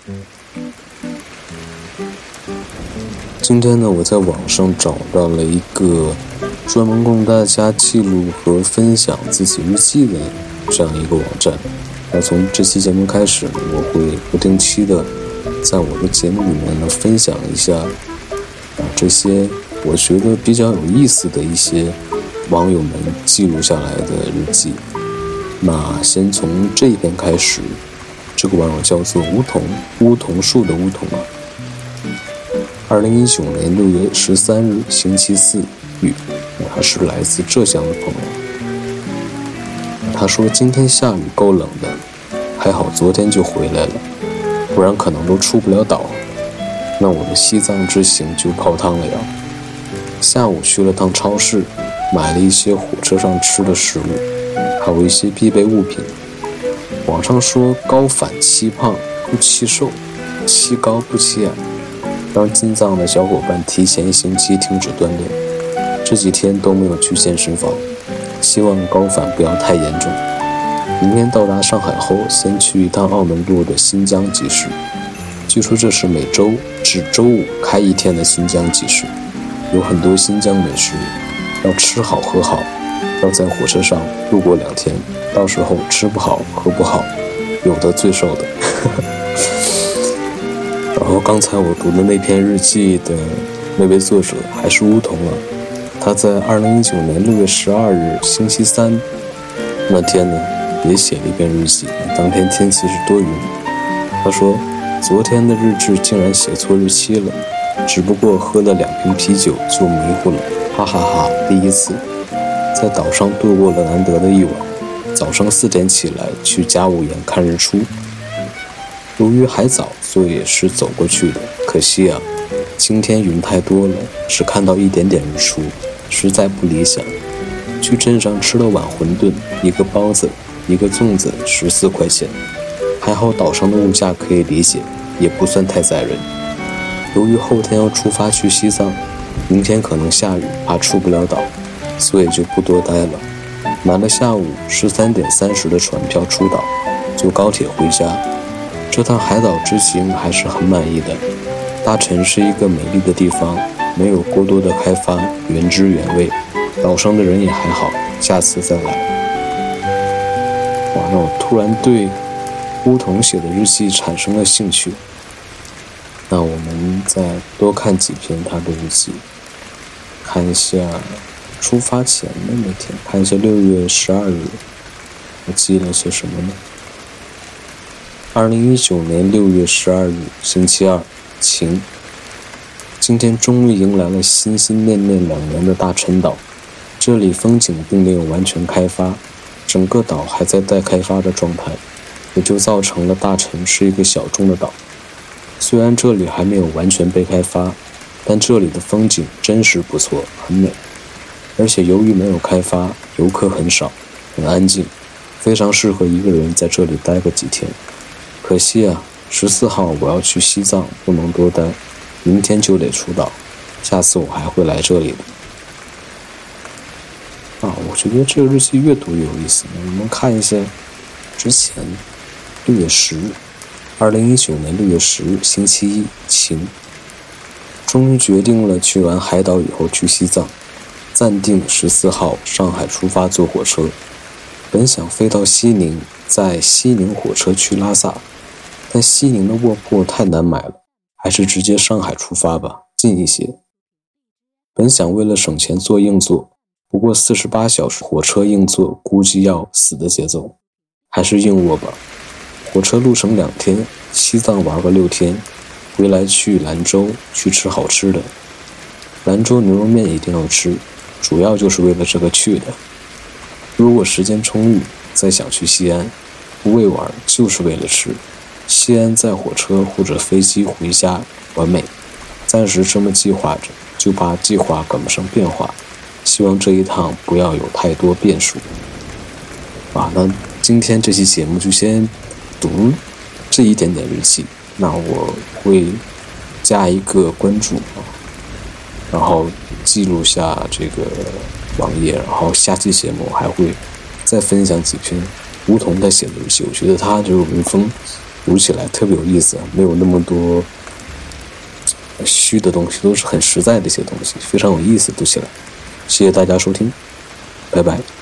今天呢，我在网上找到了一个专门供大家记录和分享自己日记的这样一个网站。那从这期节目开始呢，我会不定期的在我的节目里面呢分享一下这些我觉得比较有意思的一些网友们记录下来的日记。那先从这一篇开始，这个网友叫做梧桐树的梧桐啊。2019年6月13日星期四雨，他是来自浙江的朋友。他说今天下雨够冷的，还好昨天就回来了，不然可能都出不了岛，那我的西藏之行就泡汤了呀。下午去了趟超市，买了一些火车上吃的食物，还有一些必备物品。网上说高反欺胖不欺瘦，欺高不欺矮，让进藏的小伙伴提前1星期停止锻炼，这几天都没有去健身房，希望高反不要太严重。明天到达上海后，先去一趟澳门路的新疆集市，据说这是每周至周五开1天的新疆集市，有很多新疆美食，要吃好喝好，要在火车上度过2天，到时候吃不好喝不好，有的最瘦的。然后刚才我读的那篇日记的那位作者还是梧桐啊，他在2019年6月12日星期三那天呢也写了一篇日记。当天天气是多云，他说昨天的日志竟然写错日期了，只不过喝了2瓶啤酒就迷糊了，哈哈哈，第一次。在岛上度过了难得的一晚，早上4点起来去甲午岩看日出。由于还早，所以也是走过去的，可惜啊，今天云太多了，只看到一点点日出，实在不理想。去镇上吃了碗馄饨，一个包子，一个粽子，14块钱，还好岛上的物价可以理解，也不算太宰人。由于后天要出发去西藏，明天可能下雨，怕出不了岛，所以就不多待了，买了下午13点30的船票出岛，坐高铁回家。这趟海岛之行还是很满意的，大城是一个美丽的地方，没有过多的开发，原汁原味，岛上的人也还好，下次再来。哇，那我突然对梧桐写的日记产生了兴趣，那我们再多看几篇他的日记，看一下出发前的那天，看一下6月12日我记了些什么呢？2019年6月12日星期二，晴。今天终于迎来了心心念念2年的大陈岛，这里风景并没有完全开发，整个岛还在待开发的状态，也就造成了大陈是一个小众的岛。虽然这里还没有完全被开发，但这里的风景真实不错，很美。而且由于没有开发，游客很少，很安静，非常适合一个人在这里待个几天。可惜啊，14号我要去西藏，不能多待，明天就得出岛，下次我还会来这里的。我觉得这个日记越读越有意思。我们看一下之前6月10日，2019年6月10日星期一，晴。终于决定了去完海岛以后去西藏，暂定14号上海出发坐火车，本想飞到西宁，在西宁火车去拉萨，但西宁的卧铺太难买了，还是直接上海出发吧，近一些。本想为了省钱坐硬座，不过48小时火车硬座估计要死的节奏，还是硬卧吧。火车路程2天，西藏玩个6天，回来去兰州去吃好吃的。兰州牛肉面一定要吃，主要就是为了这个去的。如果时间充裕，再想去西安，不为玩就是为了吃。西安在火车或者飞机回家，完美。暂时这么计划着，就怕计划赶不上变化。希望这一趟不要有太多变数。那今天这期节目就先读这一点点日记，那我会加一个关注然后记录下这个网页，然后下期节目还会再分享几篇梧桐他写的日记。我觉得他这个文风读起来特别有意思，没有那么多虚的东西，都是很实在的一些东西，非常有意思，读起来。谢谢大家收听，拜拜。